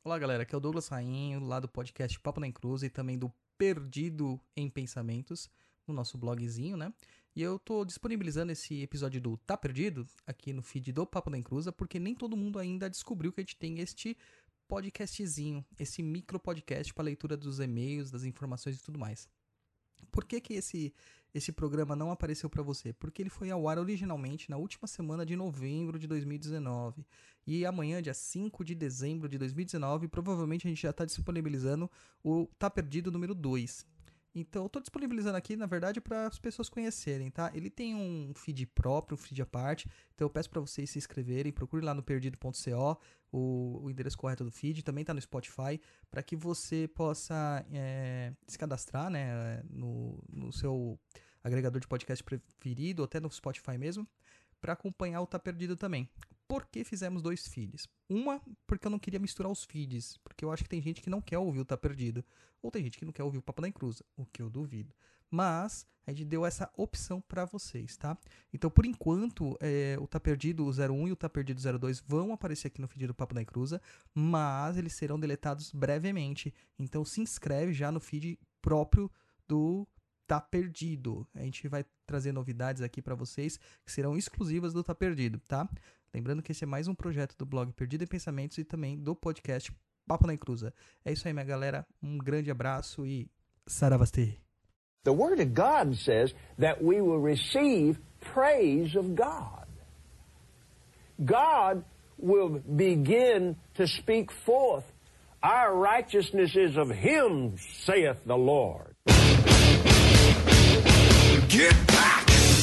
Olá, galera. Aqui é o Douglas Rainho, lá do podcast Papo na Encruza e também do Perdido em Pensamentos, no nosso blogzinho, né? E eu tô disponibilizando esse episódio do Tá Perdido aqui no feed do Papo na Encruza, porque nem todo mundo ainda descobriu que a gente tem este podcastzinho, esse micro podcast para leitura dos e-mails, das informações e tudo mais. Por que esse programa não apareceu para você? Porque ele foi ao ar originalmente na última semana de novembro de 2019. E amanhã, dia 5 de dezembro de 2019, provavelmente a gente já está disponibilizando o Tá Perdido número 2. Então, eu estou disponibilizando aqui, na verdade, para as pessoas conhecerem, tá? Ele tem um feed próprio, um feed à parte. Então, eu peço para vocês se inscreverem. Procure lá no perdido.co, o endereço correto do feed. Também está no Spotify, para que você possa se cadastrar, né, no seu agregador de podcast preferido, ou até no Spotify mesmo, para acompanhar o Tá Perdido também. Por que fizemos 2 feeds? Uma, porque eu não queria misturar os feeds, porque eu acho que tem gente que não quer ouvir o Tá Perdido, ou tem gente que não quer ouvir o Papo na Encruza, o que eu duvido. Mas a gente deu essa opção para vocês, tá? Então, por enquanto, o Tá Perdido 01 e o Tá Perdido 02 vão aparecer aqui no feed do Papo na Encruza, mas eles serão deletados brevemente. Então, se inscreve já no feed próprio do Tá Perdido. A gente vai trazer novidades aqui para vocês que serão exclusivas do Tá Perdido, tá? Lembrando que esse é mais um projeto do blog Perdido em Pensamentos e também do podcast Papo na Encruza. É isso aí, minha galera. Um grande abraço e saravastê. The Word of God says that we will receive praise of God. God will begin to speak forth. Our righteousness is of Him, saith the Lord. Get back!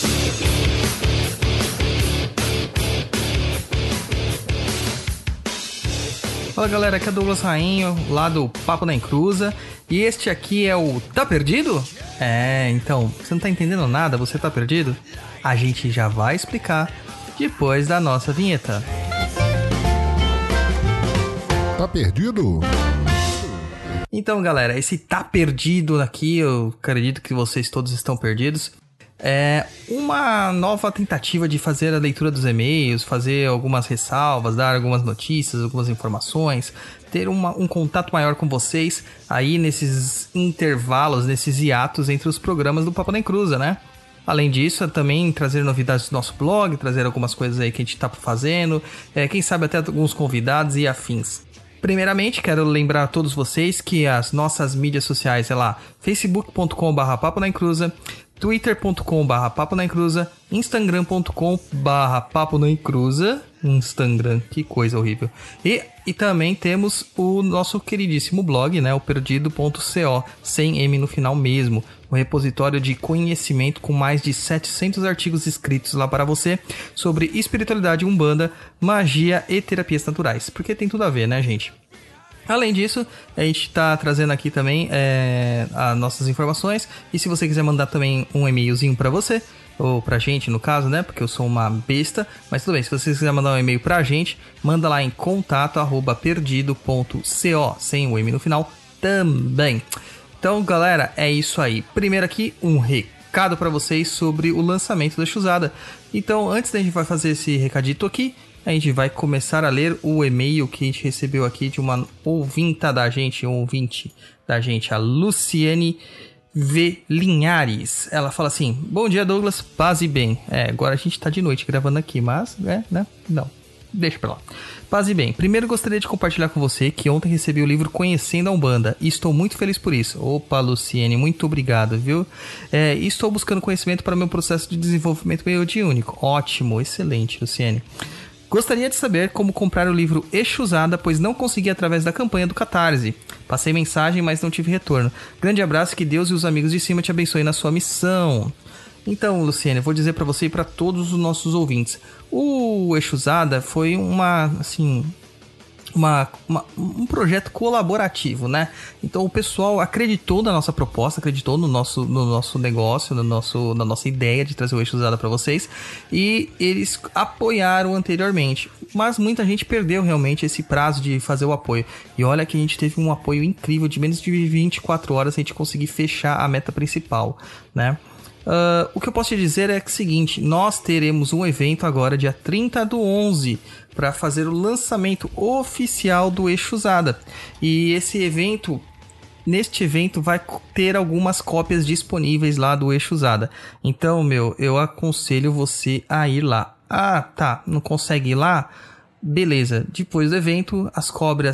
Fala, galera, aqui é o Douglas Rainho, lá do Papo na Encruza. E este aqui é o Tá Perdido? Então, você não tá entendendo nada? Você tá perdido? A gente já vai explicar depois da nossa vinheta. Tá perdido? Então, galera, esse Tá Perdido aqui, eu acredito que vocês todos estão perdidos. É uma nova tentativa de fazer a leitura dos e-mails, fazer algumas ressalvas, dar algumas notícias, algumas informações, ter um contato maior com vocês aí nesses intervalos, nesses hiatos entre os programas do Papo na Encruza, né? Além disso, também trazer novidades do nosso blog, trazer algumas coisas aí que a gente tá fazendo, quem sabe até alguns convidados e afins. Primeiramente, quero lembrar a todos vocês que as nossas mídias sociais é lá, facebook.com/papo na encruza, twitter.com/papo na encruza, instagram.com/papo na encruza, Instagram, que coisa horrível. E também temos o nosso queridíssimo blog, né, o perdido.co, sem M no final mesmo, um repositório de conhecimento com mais de 700 artigos escritos lá para você sobre espiritualidade, umbanda, magia e terapias naturais, porque tem tudo a ver, né, gente? Além disso, a gente está trazendo aqui também as nossas informações. E se você quiser mandar também um e-mailzinho para você, ou pra gente no caso, né? Porque eu sou uma besta. Mas tudo bem, se você quiser mandar um e-mail pra gente, manda lá em contato@perdido.co, sem o M no final também. Então, galera, é isso aí. Primeiro aqui, um recado para vocês sobre o lançamento da Exusada. Então, antes da gente vai fazer esse recadito aqui, a gente vai começar a ler o e-mail que a gente recebeu aqui de uma ouvinte da gente, a Luciane V. Linhares. Ela fala assim: bom dia, Douglas, paz e bem. Agora a gente tá de noite gravando aqui, mas, né? Não, deixa pra lá. Paz e bem. Primeiro gostaria de compartilhar com você que ontem recebi o livro Conhecendo a Umbanda e estou muito feliz por isso. Opa, Luciene, muito obrigado, viu? E estou buscando conhecimento para o meu processo de desenvolvimento mediúnico. Ótimo, excelente, Luciene. Gostaria de saber como comprar o livro Exusada, pois não consegui através da campanha do Catarse. Passei mensagem, mas não tive retorno. Grande abraço, que Deus e os amigos de cima te abençoem na sua missão. Então, Luciane, eu vou dizer para você e para todos os nossos ouvintes. O Exusada foi um projeto colaborativo, né? Então o pessoal acreditou na nossa proposta, acreditou no nosso negócio, na nossa ideia de trazer o Exusada para vocês, e eles apoiaram anteriormente, mas muita gente perdeu realmente esse prazo de fazer o apoio. E olha que a gente teve um apoio incrível, de menos de 24 horas a gente conseguir fechar a meta principal, né? O que eu posso te dizer é que é o seguinte, nós teremos um evento agora, dia 30/11, para fazer o lançamento oficial do Exusada. E neste evento vai ter algumas cópias disponíveis lá do Exusada. Então, eu aconselho você a ir lá. Ah, tá, não consegue ir lá? Beleza, depois do evento, as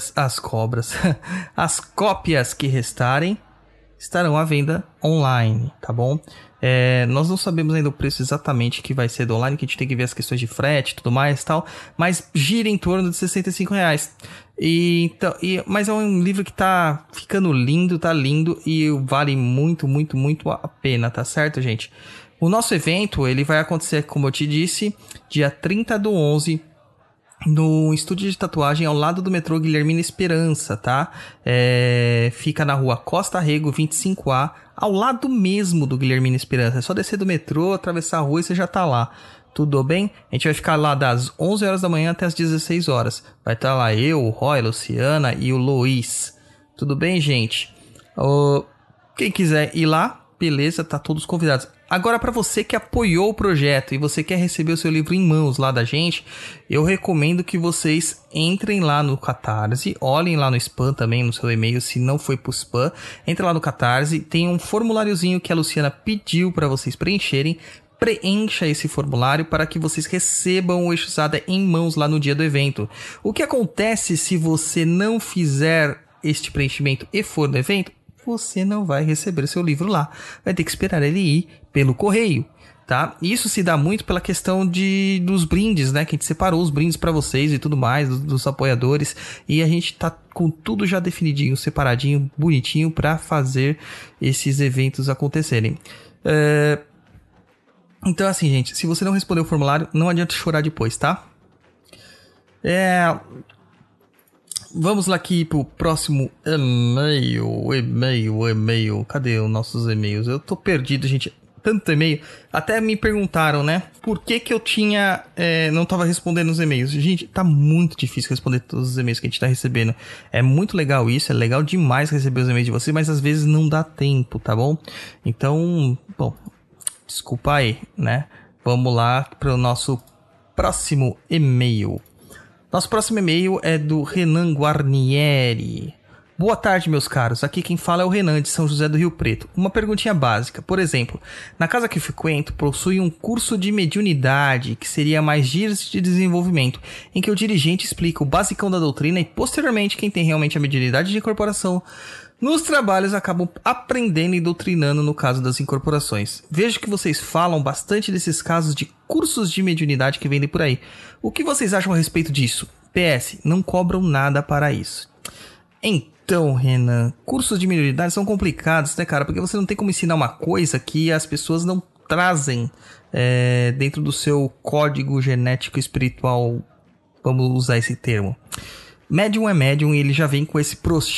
cópias que restarem estarão à venda online, tá bom? Nós não sabemos ainda o preço exatamente que vai ser do online, que a gente tem que ver as questões de frete e tudo mais e tal, mas gira em torno de R$65. Mas é um livro que tá ficando lindo, tá lindo e vale muito, muito, muito a pena, tá certo, gente? O nosso evento, ele vai acontecer, como eu te disse, dia 30/11, no estúdio de tatuagem ao lado do metrô Guilhermina Esperança, tá? Fica na rua Costa Rego 25A, ao lado mesmo do Guilhermina Esperança. É só descer do metrô, atravessar a rua e você já tá lá. Tudo bem? A gente vai ficar lá das 11 horas da manhã até as 16 horas. Vai estar lá eu, o Roy, a Luciana e o Luiz. Tudo bem, gente? Quem quiser ir lá, beleza, tá todos convidados. Agora, para você que apoiou o projeto e você quer receber o seu livro em mãos lá da gente, eu recomendo que vocês entrem lá no Catarse, olhem lá no spam também, no seu e-mail, se não foi pro spam. Entre lá no Catarse, tem um formuláriozinho que a Luciana pediu para vocês preencherem. Preencha esse formulário para que vocês recebam o Exusada em mãos lá no dia do evento. O que acontece se você não fizer este preenchimento e for no evento? Você não vai receber o seu livro lá. Vai ter que esperar ele ir pelo correio, tá? Isso se dá muito pela questão dos brindes, né? Que a gente separou os brindes para vocês e tudo mais, dos apoiadores. E a gente tá com tudo já definidinho, separadinho, bonitinho para fazer esses eventos acontecerem. Então, assim, gente, se você não responder o formulário, não adianta chorar depois, tá? Vamos lá aqui pro próximo e-mail. Cadê os nossos e-mails? Eu tô perdido, gente. Tanto e-mail. Até me perguntaram, né? Por que eu tinha... não tava respondendo os e-mails. Gente, tá muito difícil responder todos os e-mails que a gente tá recebendo. É muito legal isso. É legal demais receber os e-mails de vocês, mas às vezes não dá tempo, tá bom? Então, bom... Desculpa aí, né? Vamos lá para o nosso próximo e-mail. Nosso próximo e-mail é do Renan Guarnieri. Boa tarde, meus caros. Aqui quem fala é o Renan, de São José do Rio Preto. Uma perguntinha básica. Por exemplo, na casa que frequento, possui um curso de mediunidade, que seria mais dias de desenvolvimento, em que o dirigente explica o basicão da doutrina e, posteriormente, quem tem realmente a mediunidade de incorporação nos trabalhos acabam aprendendo e doutrinando no caso das incorporações. Vejo que vocês falam bastante desses casos de cursos de mediunidade que vendem por aí. O que vocês acham a respeito disso? PS, não cobram nada para isso. Então, Renan, cursos de mediunidade são complicados, né, cara? Porque você não tem como ensinar uma coisa que as pessoas não trazem dentro do seu código genético espiritual. Vamos usar esse termo. Médium é médium e ele já vem com esse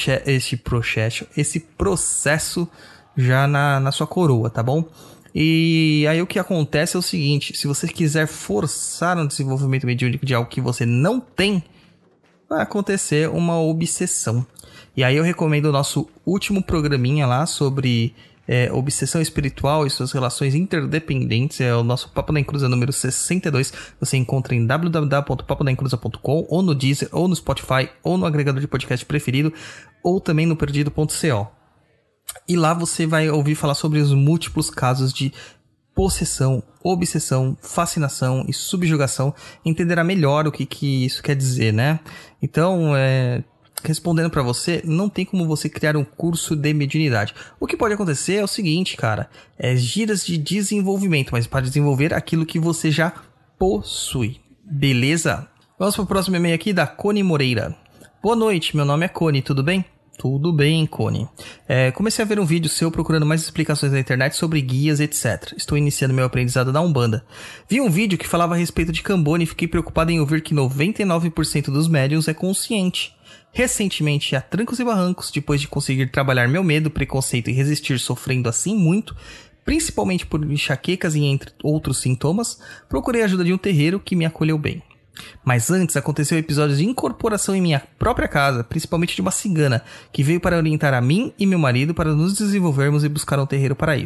processo já na sua coroa, tá bom? E aí o que acontece é o seguinte, se você quiser forçar um desenvolvimento mediúnico de algo que você não tem, vai acontecer uma obsessão. E aí eu recomendo o nosso último programinha lá sobre obsessão espiritual e suas relações interdependentes. É o nosso Papo da Encruza número 62. Você encontra em www.papodaencruza.com, ou no Deezer, ou no Spotify, ou no agregador de podcast preferido, ou também no perdido.co. E lá você vai ouvir falar sobre os múltiplos casos de possessão, obsessão, fascinação e subjugação. Entenderá melhor o que isso quer dizer, né? Então, respondendo pra você, não tem como você criar um curso de mediunidade. O que pode acontecer é o seguinte, cara, giras de desenvolvimento, mas para desenvolver aquilo que você já possui, beleza? Vamos pro próximo e-mail aqui da Cone Moreira. Boa noite, meu nome é Cone, tudo bem? Tudo bem, Cone. Comecei a ver um vídeo seu procurando mais explicações na internet sobre guias, etc. Estou iniciando meu aprendizado na Umbanda. Vi um vídeo que falava a respeito de Cambone e fiquei preocupado em ouvir que 99% dos médiuns é consciente. Recentemente, a trancos e barrancos, depois de conseguir trabalhar meu medo, preconceito e resistir sofrendo assim muito, principalmente por enxaquecas e entre outros sintomas, procurei a ajuda de um terreiro que me acolheu bem. Mas antes aconteceu episódios de incorporação em minha própria casa, principalmente de uma cigana, que veio para orientar a mim e meu marido para nos desenvolvermos e buscar um terreiro para isso.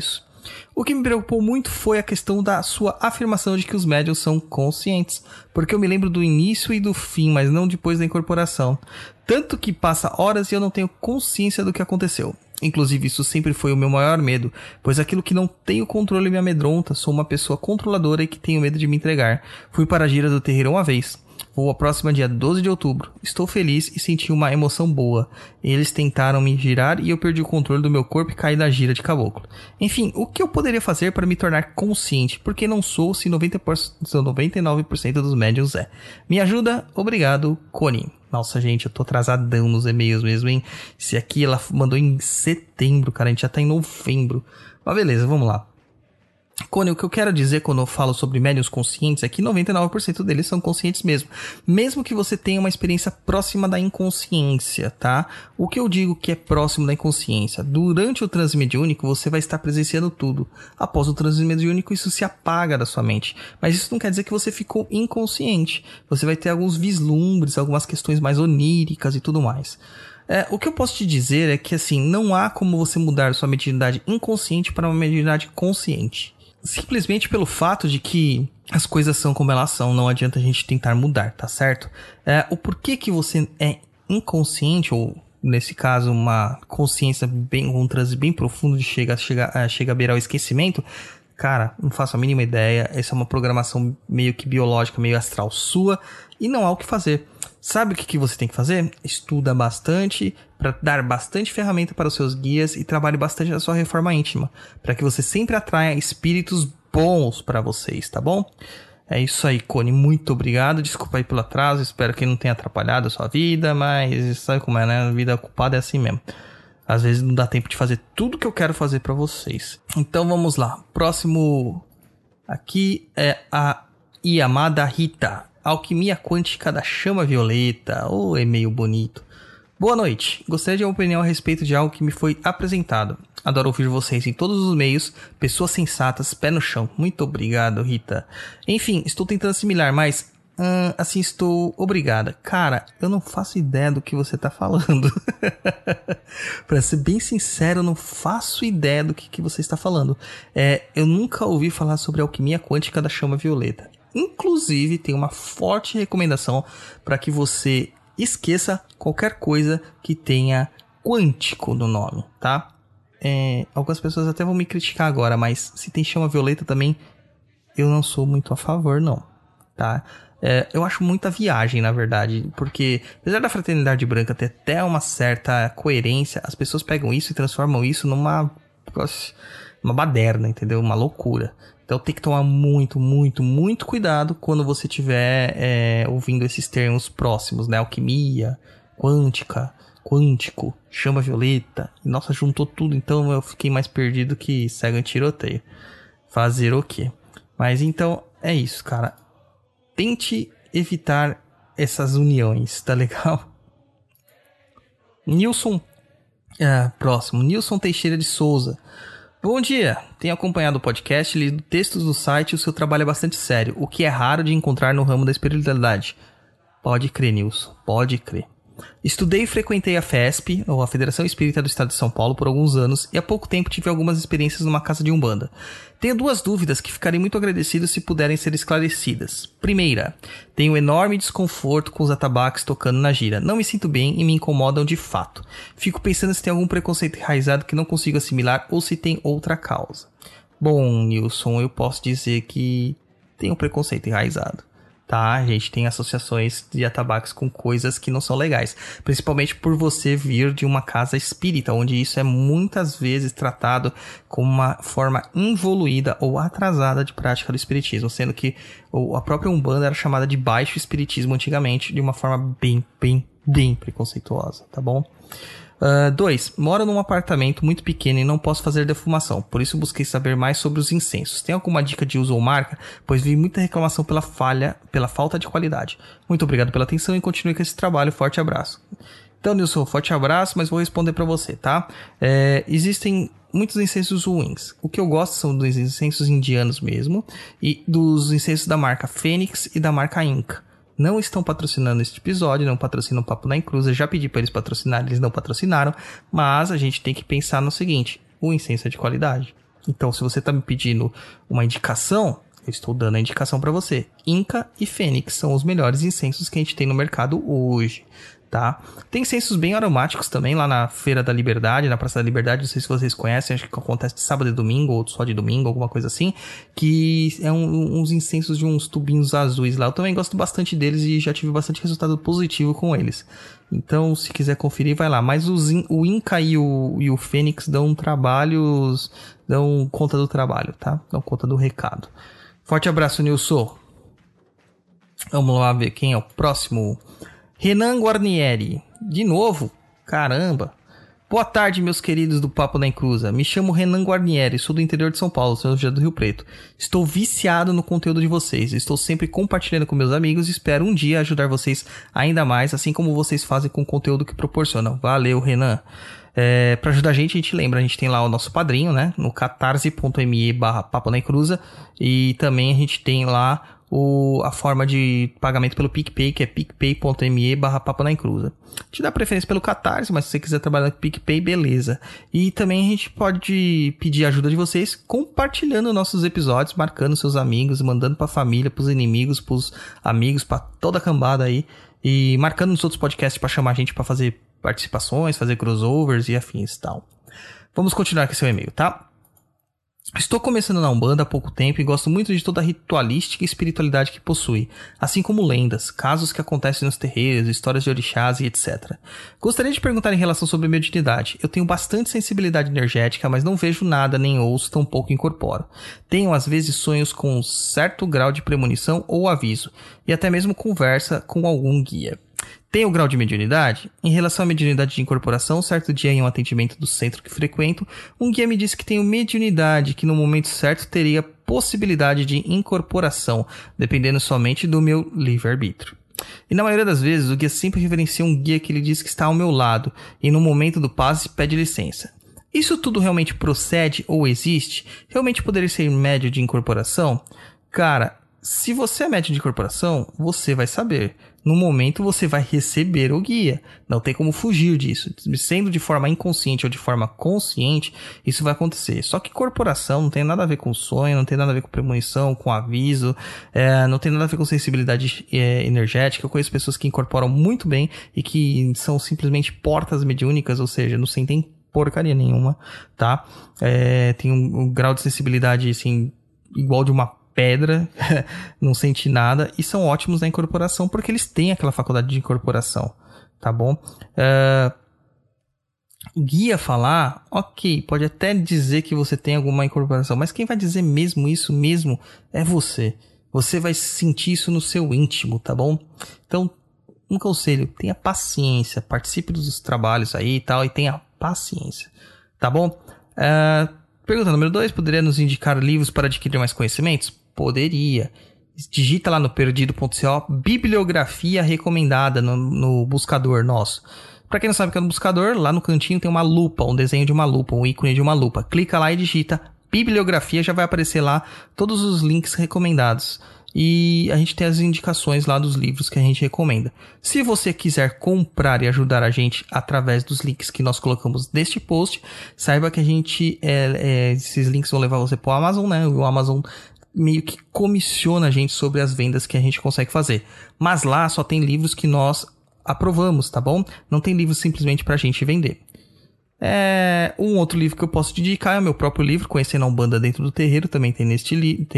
O que me preocupou muito foi a questão da sua afirmação de que os médiuns são conscientes, porque eu me lembro do início e do fim, mas não depois da incorporação. Tanto que passa horas e eu não tenho consciência do que aconteceu. Inclusive, isso sempre foi o meu maior medo, pois aquilo que não tenho controle me amedronta, sou uma pessoa controladora e que tenho medo de me entregar. Fui para a gira do terreiro uma vez. Vou à próxima dia 12 de outubro. Estou feliz e senti uma emoção boa. Eles tentaram me girar e eu perdi o controle do meu corpo e caí da gira de caboclo. Enfim, o que eu poderia fazer para me tornar consciente? Porque não sou se 99% dos médiuns é. Me ajuda? Obrigado, Coni. Nossa, gente, eu tô atrasadão nos e-mails mesmo, hein? Esse aqui ela mandou em setembro, cara. A gente já tá em novembro. Mas beleza, vamos lá. Cone, o que eu quero dizer quando eu falo sobre médiuns conscientes é que 99% deles são conscientes mesmo. Mesmo que você tenha uma experiência próxima da inconsciência, tá? O que eu digo que é próximo da inconsciência? Durante o transe mediúnico, você vai estar presenciando tudo. Após o transe mediúnico, isso se apaga da sua mente. Mas isso não quer dizer que você ficou inconsciente. Você vai ter alguns vislumbres, algumas questões mais oníricas e tudo mais. O que eu posso te dizer é que, assim, não há como você mudar sua mediunidade inconsciente para uma mediunidade consciente. Simplesmente pelo fato de que as coisas são como elas são, não adianta a gente tentar mudar, tá certo? O porquê que você é inconsciente, ou nesse caso uma consciência bem, um transe bem profundo de chega a beirar o esquecimento, cara, não faço a mínima ideia. Essa é uma programação meio que biológica, meio astral sua, e não há o que fazer. Sabe o que você tem que fazer? Estuda bastante, para dar bastante ferramenta para os seus guias e trabalhe bastante na sua reforma íntima, para que você sempre atraia espíritos bons para vocês, tá bom? É isso aí, Cone, muito obrigado, desculpa aí pelo atraso, espero que não tenha atrapalhado a sua vida, mas sabe como é, né? A vida ocupada é assim mesmo. Às vezes não dá tempo de fazer tudo que eu quero fazer para vocês. Então vamos lá, próximo aqui é a Yamada Rita. Alquimia Quântica da Chama Violeta. Oh, e-mail bonito. Boa noite. Gostaria de uma opinião a respeito de algo que me foi apresentado. Adoro ouvir vocês em todos os meios. Pessoas sensatas, pé no chão. Muito obrigado, Rita. Enfim, estou tentando assimilar, mas... assim, estou obrigada. Cara, eu não faço ideia do que você tá falando. Pra ser bem sincero, eu não faço ideia do que você está falando. Eu nunca ouvi falar sobre a alquimia quântica da chama violeta. Inclusive, tem uma forte recomendação para que você esqueça qualquer coisa que tenha quântico no nome, tá? Algumas pessoas até vão me criticar agora, mas se tem chama violeta também, eu não sou muito a favor, não, tá? Eu acho muita viagem, na verdade, porque apesar da fraternidade branca ter até uma certa coerência, as pessoas pegam isso e transformam isso numa baderna, entendeu? Uma loucura. Então tem que tomar muito, muito, muito cuidado quando você estiver ouvindo esses termos próximos, né? Alquimia, quântica, quântico, chama violeta. Nossa, juntou tudo, então eu fiquei mais perdido que cego em tiroteio. Fazer o quê? Mas então é isso, cara. Tente evitar essas uniões, tá legal? Nilson, próximo. Nilson Teixeira de Souza. Bom dia, tenho acompanhado o podcast, lido textos do site e o seu trabalho é bastante sério, o que é raro de encontrar no ramo da espiritualidade. Pode crer, Nilson, pode crer. Estudei e frequentei a FESP, ou a Federação Espírita do Estado de São Paulo, por alguns anos e há pouco tempo tive algumas experiências numa casa de Umbanda. Tenho duas dúvidas que ficarei muito agradecido se puderem ser esclarecidas. Primeira, tenho enorme desconforto com os atabaques tocando na gira. Não me sinto bem e me incomodam de fato. Fico pensando se tem algum preconceito enraizado que não consigo assimilar ou se tem outra causa. Bom, Nilson, eu posso dizer que tem um preconceito enraizado. Tá, a gente tem associações de atabaques com coisas que não são legais. Principalmente por você vir de uma casa espírita, onde isso é muitas vezes tratado como uma forma involuída ou atrasada de prática do espiritismo. Sendo que a própria Umbanda era chamada de baixo espiritismo antigamente, de uma forma bem preconceituosa, tá bom? 2. Moro num apartamento muito pequeno e não posso fazer defumação, por isso busquei saber mais sobre os incensos. Tem alguma dica de uso ou marca? Pois vi muita reclamação pela falta de qualidade. Muito obrigado pela atenção e continue com esse trabalho. Forte abraço. Então, Nilson, forte abraço, mas vou responder para você, tá? Existem muitos incensos ruins. O que eu gosto são dos incensos indianos mesmo e dos incensos da marca Fênix e da marca Inca. Não estão patrocinando este episódio, não patrocinam o Papo na Encruza. Já pedi para eles patrocinarem, eles não patrocinaram. Mas a gente tem que pensar no seguinte: o incenso é de qualidade. Então, se você tá me pedindo uma indicação, eu estou dando a indicação para você. Inca e Fênix são os melhores incensos que a gente tem no mercado hoje, tá? Tem incensos bem aromáticos também lá na Feira da Liberdade, na Praça da Liberdade, não sei se vocês conhecem, acho que acontece de sábado e domingo, ou só de domingo, alguma coisa assim, que é uns incensos de uns tubinhos azuis lá. Eu também gosto bastante deles e já tive bastante resultado positivo com eles. Então, se quiser conferir, vai lá. Mas o Inca e o Fênix dão conta do trabalho, tá? Dão conta do recado. Forte abraço, Nilson. Vamos lá ver quem é o próximo. Renan Guarnieri. De novo? Caramba. Boa tarde, meus queridos do Papo da Encruza. Me chamo Renan Guarnieri, sou do interior de São Paulo, São José do Rio Preto. Estou viciado no conteúdo de vocês. Estou sempre compartilhando com meus amigos e espero um dia ajudar vocês ainda mais, assim como vocês fazem com o conteúdo que proporcionam. Valeu, Renan. Pra ajudar a gente lembra, a gente tem lá o nosso padrinho, né? No catarse.me/Papo da Encruza. E também a gente tem lá a forma de pagamento pelo PicPay, que é picpay.me/Papo da Encruza. Te dá preferência pelo Catarse, mas se você quiser trabalhar com PicPay, beleza. E também a gente pode pedir ajuda de vocês compartilhando nossos episódios, marcando seus amigos, mandando pra família, pros inimigos, pros amigos, pra toda a cambada aí. E marcando nos outros podcasts pra chamar a gente pra fazer participações, fazer crossovers e afins e tal. Vamos continuar com seu e-mail, tá? Estou começando na Umbanda há pouco tempo e gosto muito de toda a ritualística e espiritualidade que possui, assim como lendas, casos que acontecem nos terreiros, histórias de orixás e etc. Gostaria de perguntar em relação sobre a mediunidade. Eu tenho bastante sensibilidade energética, mas não vejo nada, nem ouço, tampouco incorporo. Tenho às vezes sonhos com um certo grau de premonição ou aviso, e até mesmo conversa com algum guia. Tem o grau de mediunidade? Em relação à mediunidade de incorporação, certo dia em um atendimento do centro que frequento, um guia me disse que tenho mediunidade, que no momento certo teria possibilidade de incorporação, dependendo somente do meu livre-arbítrio. E na maioria das vezes, o guia sempre reverencia um guia que lhe diz que está ao meu lado, e no momento do passe pede licença. Isso tudo realmente procede ou existe? Realmente poderia ser médio de incorporação? Cara, se você é médio de incorporação, você vai saber. No momento você vai receber o guia. Não tem como fugir disso. Sendo de forma inconsciente ou de forma consciente, isso vai acontecer. Só que corporação não tem nada a ver com sonho, não tem nada a ver com premonição, com aviso, não tem nada a ver com sensibilidade energética. Eu conheço pessoas que incorporam muito bem e que são simplesmente portas mediúnicas, ou seja, não sentem porcaria nenhuma, tá? Tem um grau de sensibilidade, assim, igual de uma pedra, não sente nada, e são ótimos na incorporação porque eles têm aquela faculdade de incorporação, tá bom? Guia falar, ok, pode até dizer que você tem alguma incorporação, mas quem vai dizer mesmo isso mesmo é você. Você vai sentir isso no seu íntimo, tá bom? Então, um conselho, tenha paciência, participe dos trabalhos aí e tal, e tenha paciência, tá bom? Pergunta número 2, poderia nos indicar livros para adquirir mais conhecimentos? Poderia. Digita lá no perdido.co bibliografia recomendada no buscador nosso. Para quem não sabe o que é no buscador, lá no cantinho tem uma lupa, um desenho de uma lupa, um ícone de uma lupa. Clica lá e digita bibliografia, já vai aparecer lá todos os links recomendados. E a gente tem as indicações lá dos livros que a gente recomenda. Se você quiser comprar e ajudar a gente através dos links que nós colocamos neste post, saiba que a gente esses links vão levar você para o Amazon, né? O Amazon meio que comissiona a gente sobre as vendas que a gente consegue fazer. Mas lá só tem livros que nós aprovamos, tá bom? Não tem livros simplesmente pra gente vender. Um outro livro que eu posso te indicar é o meu próprio livro, Conhecendo a Umbanda Dentro do Terreiro, também tem neste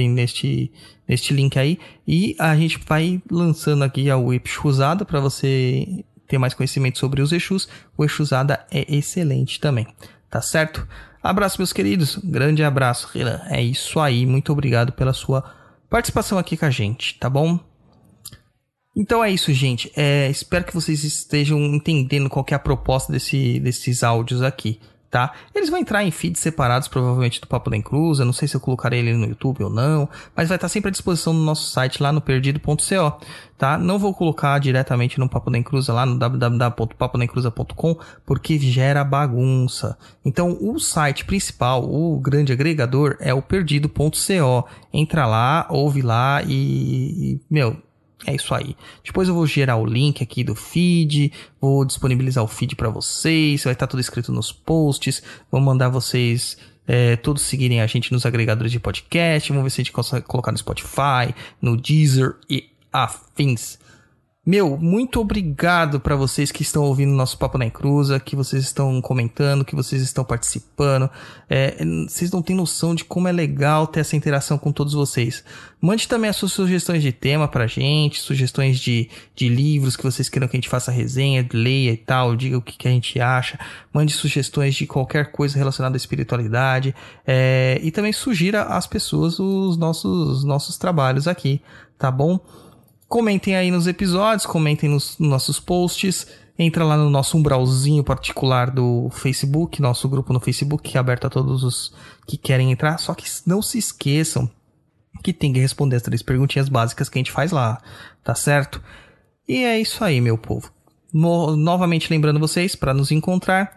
link aí. E a gente vai lançando aqui o Exusada para você ter mais conhecimento sobre os Exus. O Exusada é excelente também, tá certo? Abraço, meus queridos. Grande abraço, Renan. É isso aí. Muito obrigado pela sua participação aqui com a gente, tá bom? Então é isso, gente. Espero que vocês estejam entendendo qual que é a proposta desses áudios aqui, tá? Eles vão entrar em feeds separados, provavelmente, do Papo da Encruza. Não sei se eu colocarei ele no YouTube ou não, mas vai estar sempre à disposição no nosso site, lá no perdido.co, tá? Não vou colocar diretamente no Papo da Encruza, lá no www.papodaencruza.com, porque gera bagunça. Então, o site principal, o grande agregador, é o perdido.co. Entra lá, ouve lá e é isso aí. Depois eu vou gerar o link aqui do feed, vou disponibilizar o feed para vocês, vai estar tudo escrito nos posts, vou mandar vocês todos seguirem a gente nos agregadores de podcast. Vamos ver se a gente consegue colocar no Spotify, no Deezer e afins. Muito obrigado para vocês que estão ouvindo nosso Papo na Encruza, que vocês estão comentando, que vocês estão participando. Vocês não têm noção de como é legal ter essa interação com todos vocês. Mande também as suas sugestões de tema pra gente, sugestões de livros que vocês queiram que a gente faça resenha, leia e tal, diga o que a gente acha. Mande sugestões de qualquer coisa relacionada à espiritualidade. E também sugira às pessoas os nossos trabalhos aqui, tá bom? Comentem aí nos episódios, comentem nos nossos posts, entra lá no nosso umbralzinho particular do Facebook, nosso grupo no Facebook, que é aberto a todos os que querem entrar, só que não se esqueçam que tem que responder as 3 perguntinhas básicas que a gente faz lá, tá certo? E é isso aí, meu povo. Novamente lembrando vocês, para nos encontrar,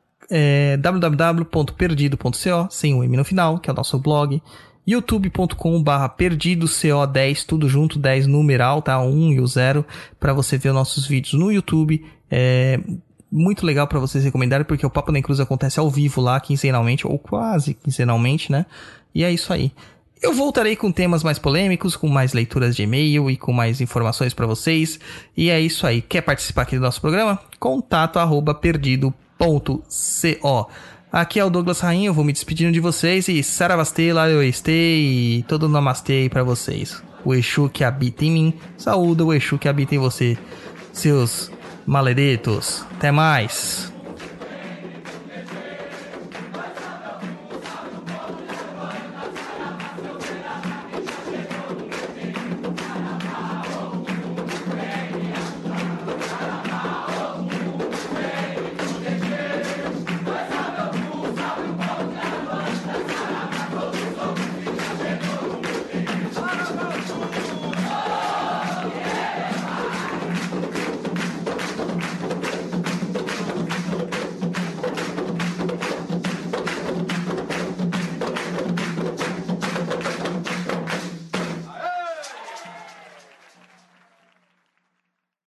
www.perdido.co, sem o M no final, que é o nosso blog, youtube.com/perdidoco10, tudo junto, 10 numeral, tá? 1 e o 0, para você ver os nossos vídeos no YouTube. Muito legal para vocês recomendarem, porque o Papo na Cruz acontece ao vivo lá, quinzenalmente, ou quase quinzenalmente, né? E é isso aí. Eu voltarei com temas mais polêmicos, com mais leituras de e-mail e com mais informações para vocês. E é isso aí. Quer participar aqui do nosso programa? contato@perdido.co. Aqui é o Douglas Rainha, eu vou me despedindo de vocês e Saravastê, Laioestê e todo namastê aí pra vocês. O Exu que habita em mim, saúda o Exu que habita em você, seus maledetos. Até mais!